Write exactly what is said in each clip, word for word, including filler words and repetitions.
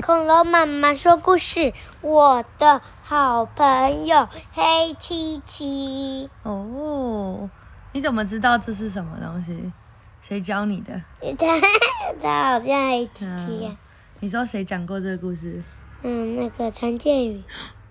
恐龙妈妈说故事，我的好朋友黑漆漆。 哦，你怎么知道这是什么东西？谁教你的？ 他他好像黑漆漆、啊嗯。你说谁讲过这个故事？ 嗯，那个陈建宇。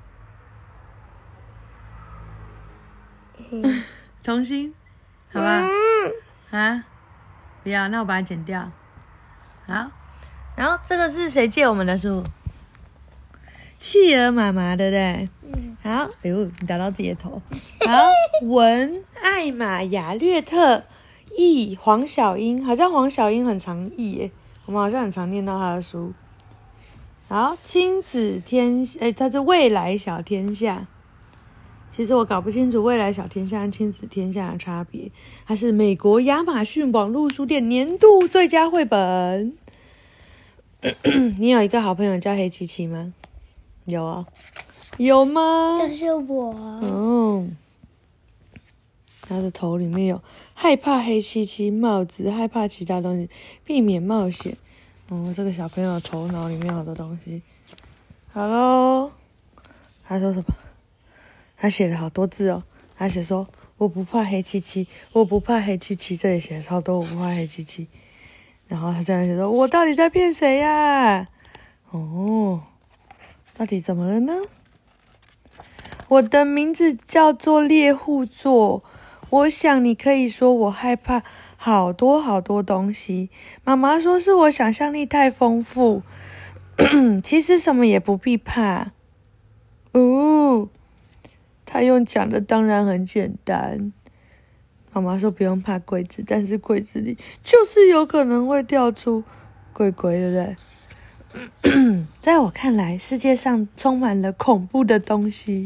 嗯、重新，好吧？嗯、啊，不要，那我把它剪掉。好，然后这个是谁借我们的书？企鹅妈妈，对不对？嗯。好，哎呦，你打到自己的头。好，文艾玛雅略特，译黄小英，好像黄小英很常译耶，我们好像很常念到她的书。好，亲子天，哎，它是未来小天下。其实我搞不清楚未来小天下和亲子天下的差别。它是美国亚马逊网络书店年度最佳绘本。你有一个好朋友叫黑漆漆吗？有啊、哦，有吗？ 这是我。 哦，他的头里面有害怕黑漆漆帽子，害怕其他东西，避免冒险。哦，这个小朋友头脑里面有好多东西。好咯，他说什么？他写了好多字哦。他写说：“我不怕黑漆漆，我不怕黑漆漆。”这里写了超多，我不怕黑漆漆。然后他这样写说：“我到底在骗谁呀？”哦，到底怎么了呢？我的名字叫做猎户座。我想你可以说我害怕好多好多东西。妈妈说是我想象力太丰富。其实什么也不必怕。哦，他用讲的当然很简单。妈妈说不用怕柜子，但是柜子里就是有可能会掉出鬼鬼，对不对？在我看来，世界上充满了恐怖的东西，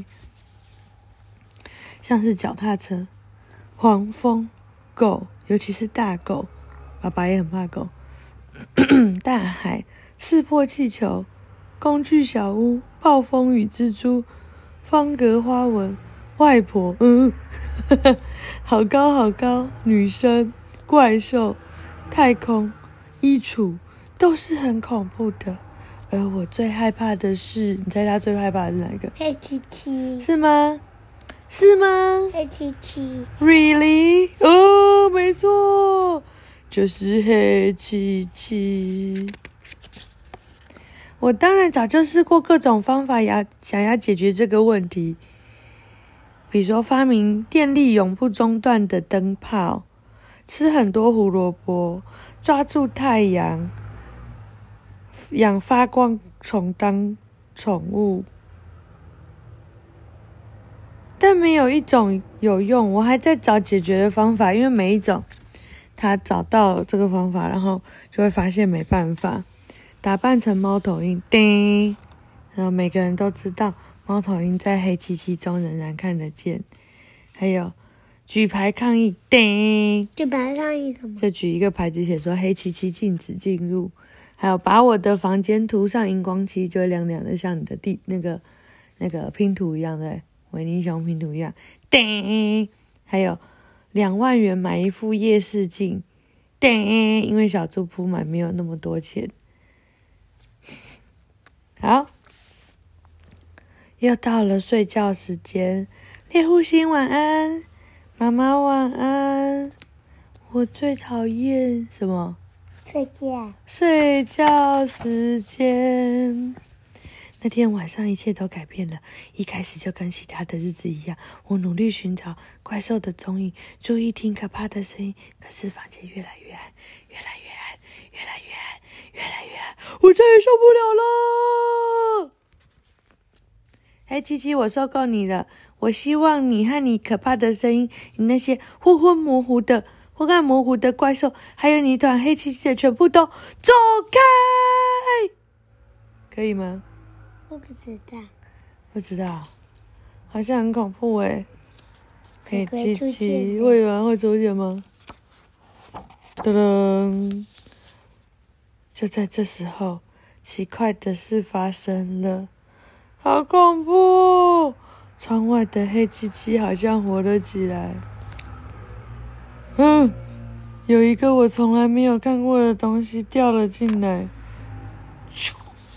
像是脚踏车、黄蜂、狗，尤其是大狗，爸爸也很怕狗。大海、刺破气球、工具小屋、暴风雨蜘蛛、方格花纹、外婆，嗯，好高好高，女生、怪兽、太空、衣橱，都是很恐怖的。而我最害怕的是，你猜他最害怕的是哪一个？ 黑漆漆。 是吗？是吗？ 黑漆漆。 Really？ 哦，没错，就是黑漆漆。我当然早就试过各种方法要想要解决这个问题，比如说发明电力永不中断的灯泡，吃很多胡萝卜，抓住太阳，养发光虫当宠物，但没有一种有用。我还在找解决的方法，因为每一种他找到这个方法，然后就会发现没办法。打扮成猫头鹰，叮，然后每个人都知道猫头鹰在黑漆漆中仍然看得见。还有举牌抗议，叮， 举牌抗议什么？ 就举一个牌子写说黑漆漆禁止进入。还有把我的房间涂上荧光漆，就会亮亮的，像你的地那个那个拼图一样的维尼熊拼图一样，叮。还有两万元买一副夜视镜，叮，因为小猪铺买没有那么多钱。好，又到了睡觉时间，猎户星晚安，妈妈晚安。我最讨厌什么？ 睡觉。 睡觉时间。那天晚上一切都改变了，一开始就跟其他的日子一样，我努力寻找怪兽的踪影，注意听可怕的声音，可是房间越来越暗，越来越暗，越来越暗，越来越暗，我再也受不了了。黑漆漆，我受够你了。我希望你和你可怕的声音，你那些昏昏模糊的昏暗模糊的怪兽，还有你一团黑漆漆的，全部都走开，可以吗？ 我不知道。 不知道，好像很恐怖诶。黑漆漆， 会完会出现吗？噔噔！就在这时候，奇怪的事发生了，好恐怖！窗外的黑漆漆好像活了起来。嗯，有一个我从来没有看过的东西掉了进来，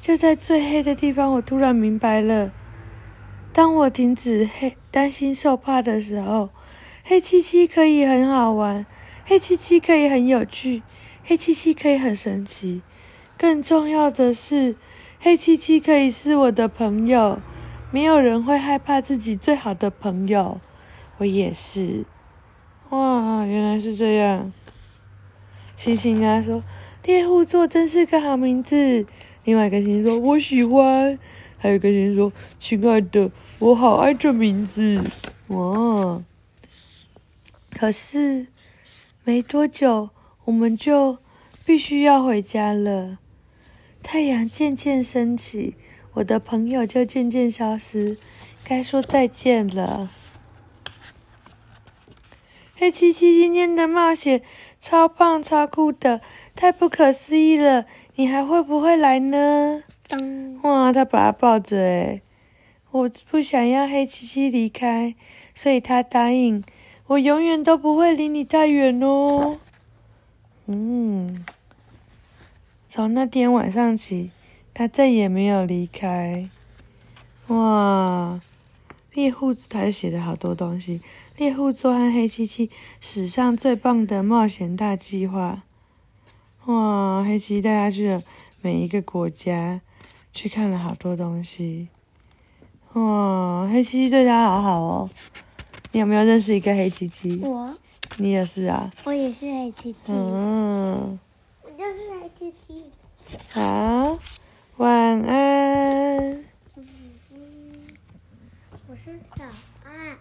就在最黑的地方，我突然明白了。当我停止黑担心受怕的时候，黑漆漆可以很好玩，黑漆漆可以很有趣，黑漆漆可以很神奇。更重要的是，黑漆漆可以是我的朋友。没有人会害怕自己最好的朋友，我也是。哇，原来是这样。星星啊说，猎户座真是个好名字。另外一个星星说，我喜欢。还有一个星星说，亲爱的，我好爱这名字。哇！可是没多久，我们就必须要回家了。太阳渐渐升起，我的朋友就渐渐消失，该说再见了。黑漆漆今天的冒险超棒超酷的，太不可思议了！你还会不会来呢？ 当哇，他把他抱着诶，我不想要黑漆漆离开，所以他答应我永远都不会离你太远哦。嗯，从那天晚上起，他再也没有离开。哇，猎户他写了好多东西。猎户座和黑漆漆史上最棒的冒险大计划。哇，黑漆漆带他去了每一个国家，去看了好多东西。哇，黑漆漆对他好好哦。你有没有认识一个黑漆漆？ 我， 你也是啊。 我也是黑漆漆。 嗯， 我就是黑漆漆。 好，晚安。 我是早。